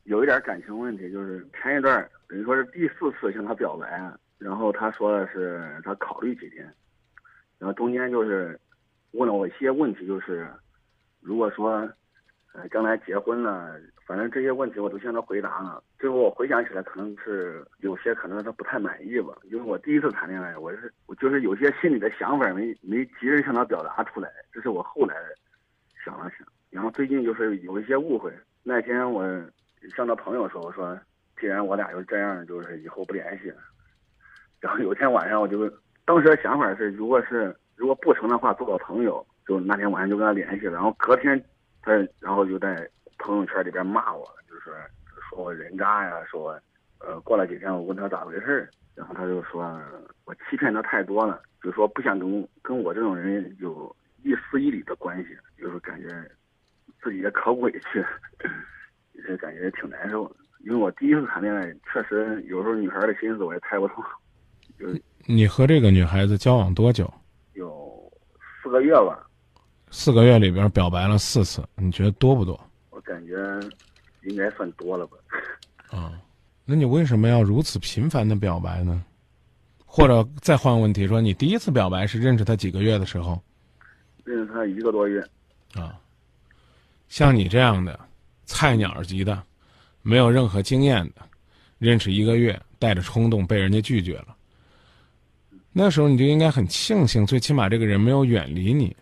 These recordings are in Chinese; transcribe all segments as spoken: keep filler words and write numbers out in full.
有一点感情问题，就是前一段等于说是第四次向他表白，然后他说的是他考虑几天，然后中间就是问了我一些问题，就是如果说呃将来结婚了，反正这些问题我都向他回答了。最后我回想起来，可能是有些可能他不太满意吧，因为我第一次谈恋爱，我是我就是有些心里的想法没没及时向他表达出来，这是我后来想了想。然后最近就是有一些误会，那天我向他朋友说，我说既然我俩就这样，就是以后不联系了。然后有一天晚上我就当时的想法是，如果是如果不成的话，做个朋友，就那天晚上就跟他联系了。然后隔天他然后就在朋友圈里边骂我，就是说我人渣呀，说我呃过了几天我问他咋回事，然后他就说我欺骗他太多了，就说不想跟跟我这种人有一丝一缕的关系，就是感觉自己也可委屈，也感觉挺难受的。因为我第一次谈恋爱，确实有时候女孩的心思我也猜不透。就你和这个女孩子交往多久？ 有四个月吧。 四个月里边表白了四次，你觉得多不多？ 我感觉应该算多了吧。 啊，那你为什么要如此频繁的表白呢？或者再换个问题说，你第一次表白是认识他几个月的时候？ 认识他一个多月。 啊，像你这样的菜鸟级的，没有任何经验的，认识一个月，带着冲动被人家拒绝了，那时候你就应该很庆幸，最起码这个人没有远离你。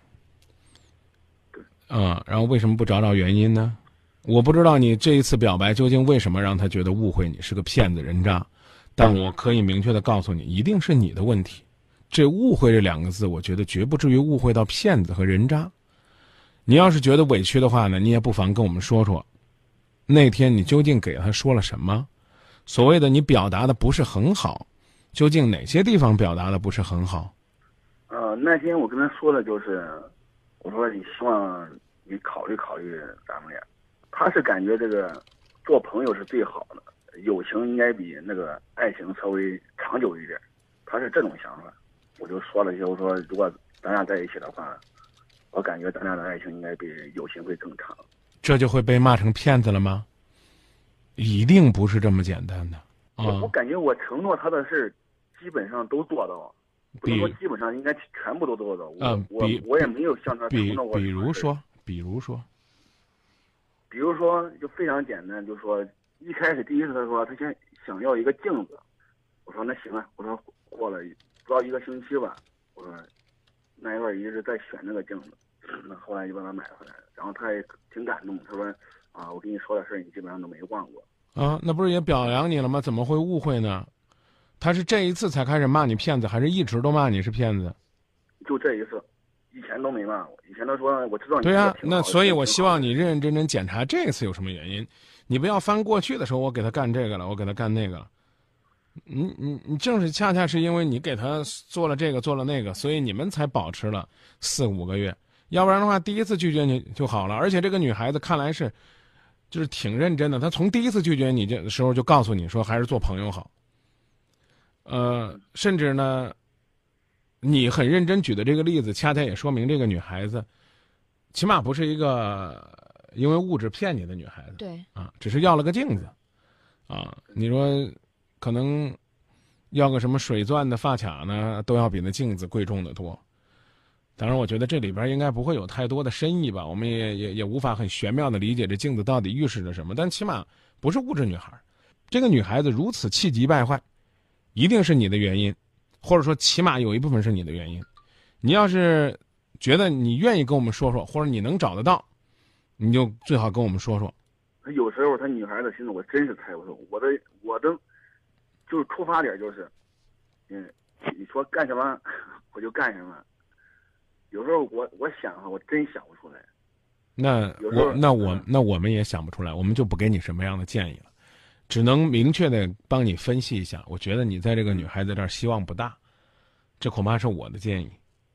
啊，然后为什么不找找原因呢？我不知道你这一次表白究竟为什么让他觉得误会你是个骗子人渣，但我可以明确的告诉你，一定是你的问题。这误会这两个字，我觉得绝不至于误会到骗子和人渣。你要是觉得委屈的话呢，你也不妨跟我们说说，那天你究竟给他说了什么？所谓的你表达的不是很好，究竟哪些地方表达的不是很好？ 呃，那天我跟他说的就是，我说你希望你考虑考虑咱们俩。他是感觉这个做朋友是最好的，友情应该比那个爱情稍微长久一点，他是这种想法。我就说了一些，我说如果咱俩在一起的话，我感觉咱俩的爱情应该比友情会更长。 这就会被骂成骗子了吗？一定不是这么简单的啊！ 我我感觉我承诺他的事基本上都做到，不能说基本上，应该全部都做到。我、 嗯、 我我也没有向他承诺过。 比如说，比如说， 比如说，就非常简单，就说一开始第一次他说他先想要一个镜子，我说那行啊，我说过了不到一个星期吧，我说那一段一直在选那个镜子，那后来就把它买回来了，然后他也挺感动，他说啊，我跟你说的事儿你基本上都没忘过啊，那不是也表扬你了吗？怎么会误会呢？他是这一次才开始骂你骗子，还是一直都骂你是骗子？ 就这一次，以前都没骂我，以前都说我知道你。 对呀、啊，那所以我希望你认认真真检查这次有什么原因，你不要翻过去的时候我给他干这个了，我给他干那个了。你你你正是恰恰是因为你给他做了这个做了那个，所以你们才保持了四五个月，要不然的话第一次拒绝你就好了。而且这个女孩子看来是就是挺认真的，她从第一次拒绝你的时候就告诉你说还是做朋友好。呃，甚至呢，你很认真举的这个例子，恰恰也说明这个女孩子，起码不是一个因为物质骗你的女孩子。 对啊，只是要了个镜子，啊，你说可能要个什么水钻的发卡呢，都要比那镜子贵重的多。当然，我觉得这里边应该不会有太多的深意吧，我们也也也无法很玄妙的理解这镜子到底预示着什么。但起码不是物质女孩，这个女孩子如此气急败坏，一定是你的原因，或者说起码有一部分是你的原因。你要是觉得你愿意跟我们说说，或者你能找得到，你就最好跟我们说说。 有时候他女孩的心思我真是猜不透，我的我的就是出发点就是，嗯，你说干什么我就干什么。有时候我我想哈，我真想不出来。 那我那我那我们也想不出来，我们就不给你什么样的建议了，只能明确的帮你分析一下。我觉得你在这个女孩子这儿希望不大，这恐怕是我的建议。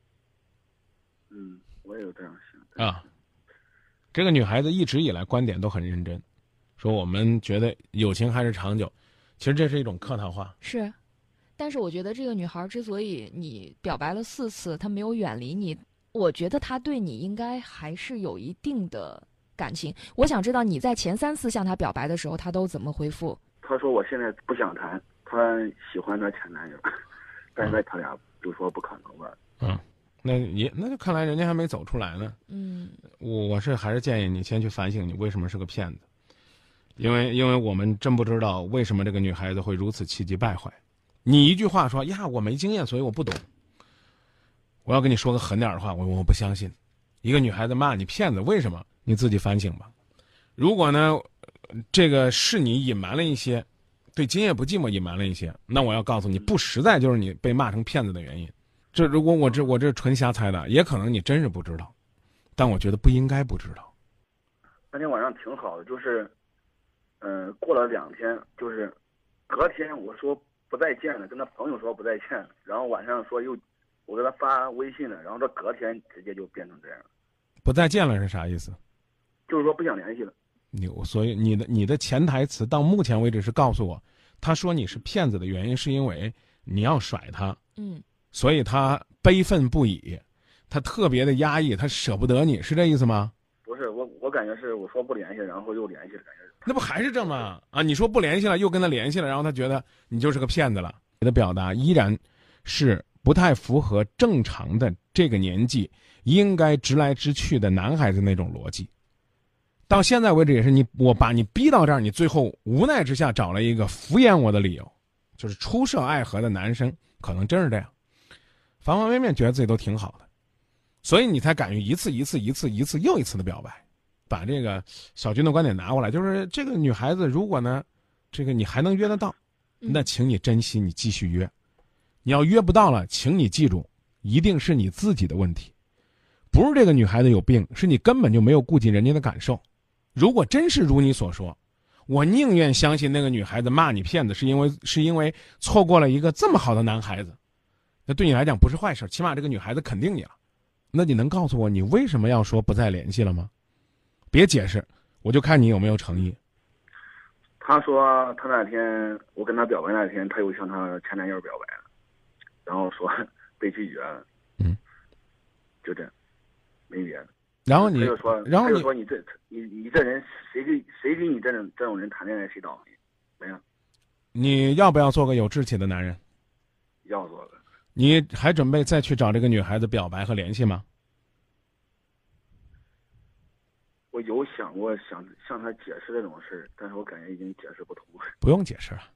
嗯，我也有这样想啊。这个女孩子一直以来观点都很认真，说我们觉得友情还是长久，其实这是一种客套话。 是，但是我觉得这个女孩之所以你表白了四次，她没有远离你，我觉得她对你应该还是有一定的感情。我想知道你在前三次向他表白的时候，他都怎么回复？ 他说我现在不想谈，他喜欢他前男友，但是他俩就说不可能吧。 嗯，那也那就看来人家还没走出来呢。 嗯， 我我是还是建议你先去反省你为什么是个骗子，因为因为我们真不知道为什么这个女孩子会如此气急败坏。你一句话说呀我没经验，所以我不懂。我要跟你说个狠点的话，我我不相信。一个女孩子骂你骗子，为什么？你自己反省吧。如果呢，这个是你隐瞒了一些，对今夜不寂寞隐瞒了一些，那我要告诉你，不实在就是你被骂成骗子的原因。这如果我这我这纯瞎猜的，也可能你真是不知道，但我觉得不应该不知道。 那天晚上挺好的，就是，嗯、呃，过了两天，就是隔天我说不再见了，跟他朋友说不再见了，然后晚上说又我给他发微信了，然后这隔天直接就变成这样了。 不再见了是啥意思？ 就是说不想联系了。 你所以你的你的潜台词到目前为止是告诉我，他说你是骗子的原因是因为你要甩他， 嗯， 所以他悲愤不已，他特别的压抑，他舍不得你，是这意思吗？ 不是，我我感觉是我说不联系，然后又联系了，感觉那不还是这么啊？你说不联系了，又跟他联系了，然后他觉得你就是个骗子了。你的表达依然是不太符合正常的这个年纪应该直来直去的男孩子那种逻辑。到现在为止也是你我把你逼到这儿，你最后无奈之下找了一个敷衍我的理由，就是初涉爱河的男生可能真是这样，方方面面觉得自己都挺好的，所以你才敢于一次一次一次一次又一次的表白。把这个小军的观点拿过来，就是这个女孩子如果呢，这个你还能约得到，那请你珍惜，你继续约。你要约不到了，请你记住，一定是你自己的问题，不是这个女孩子有病，是你根本就没有顾及人家的感受。如果真是如你所说，我宁愿相信那个女孩子骂你骗子是因为是因为错过了一个这么好的男孩子，那对你来讲不是坏事，起码这个女孩子肯定你了。那你能告诉我你为什么要说不再联系了吗？别解释，我就看你有没有诚意。 他说他那天我跟他表白那天，他又向他前男友表白了，然后说被拒绝了。 嗯， 就这样，没别的。 然后你， 他就说， 然后你他就说你这你你这人谁给谁给你这种这种人谈恋爱谁倒霉？没有。 你要不要做个有志气的男人？ 要做的。 你还准备再去找这个女孩子表白和联系吗？ 我有想过想向他解释这种事，但是我感觉已经解释不通了。 不用解释了，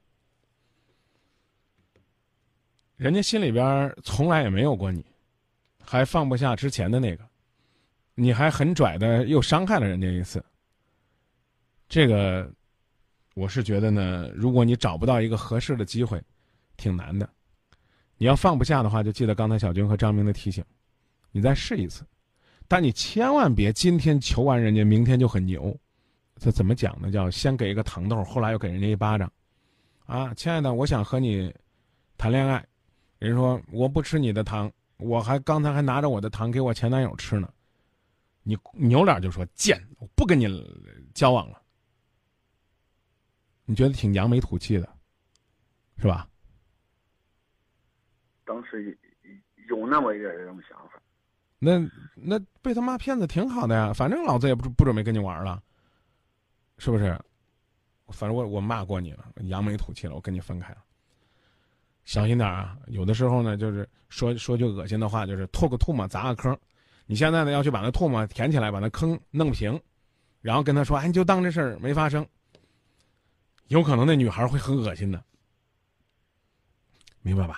人家心里边从来也没有过你，还放不下之前的那个，你还很拽的又伤害了人家一次。这个，我是觉得呢，如果你找不到一个合适的机会，挺难的。你要放不下的话，就记得刚才小军和张明的提醒，你再试一次。但你千万别今天求完人家，明天就很牛。这怎么讲呢？叫先给一个糖豆，后来又给人家一巴掌。啊，亲爱的，我想和你谈恋爱。人说我不吃你的糖，我还刚才还拿着我的糖给我前男友吃呢。你扭脸就说贱，我不跟你交往了。你觉得挺扬眉吐气的，是吧？ 当时有那么一点这种想法。 那那被他骂骗子挺好的呀，反正老子也不不准备跟你玩了，是不是？反正我我骂过你了，扬眉吐气了，我跟你分开了。小心点啊！有的时候呢，就是说说句恶心的话，就是吐个唾沫砸个坑。你现在呢要去把那唾沫填起来，把那坑弄平，然后跟他说：“哎，你就当这事儿没发生。”有可能那女孩会很恶心的，明白吧？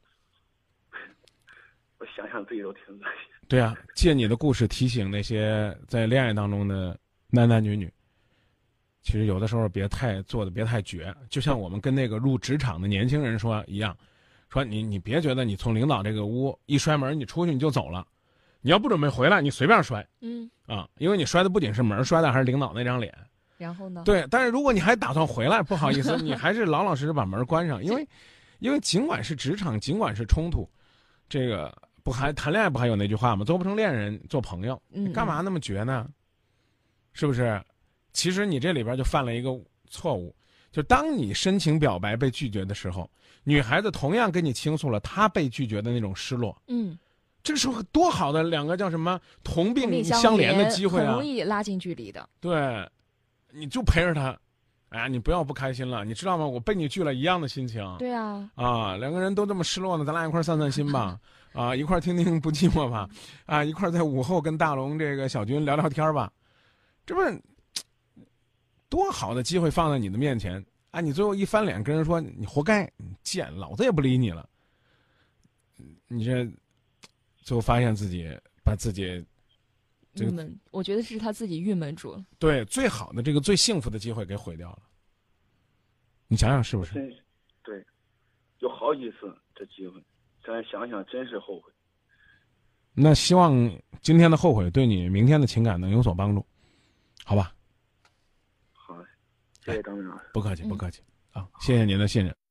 我想想自己都挺恶心。 对啊，借你的故事提醒那些在恋爱当中的男男女女，其实有的时候别太做的别太绝，就像我们跟那个入职场的年轻人说一样，说你你别觉得你从领导这个屋一摔门，你出去你就走了，你要不准备回来，你随便摔， 嗯啊，因为你摔的不仅是门摔的，还是领导那张脸。 然后呢？ 对，但是如果你还打算回来，不好意思，你还是老老实实把门关上，因为因为尽管是职场，尽管是冲突，这个。不还谈恋爱不还有那句话吗？做不成恋人做朋友，你干嘛那么绝呢？是不是？其实你这里边就犯了一个错误，就当你深情表白被拒绝的时候，女孩子同样跟你倾诉了她被拒绝的那种失落。 嗯， 这是多好的两个叫什么同同病病相怜怜的机会啊很容！易拉近距离的。 对，你就陪着他，哎呀，你不要不开心了，你知道吗？我被你拒了一样的心情。 对啊， 啊，两个人都这么失落呢，咱俩一块儿散散心吧，啊，一块儿听听不寂寞吧，啊，一块儿在午后跟大龙这个小军聊聊天吧，这不是多好的机会放在你的面前啊！你最后一翻脸跟人说你活该，你贱，老子也不理你了。你这最后发现自己把自己这个郁闷，我觉得是他自己郁闷住了。 对最好的这个最幸福的机会给毁掉了。你想想是不是？ 真是，对，有好几次这机会，现在想想真是后悔。 那希望今天的后悔对你明天的情感能有所帮助，好吧？ 好，谢谢张明老师。 不客气，不客气、啊！谢谢您的信任。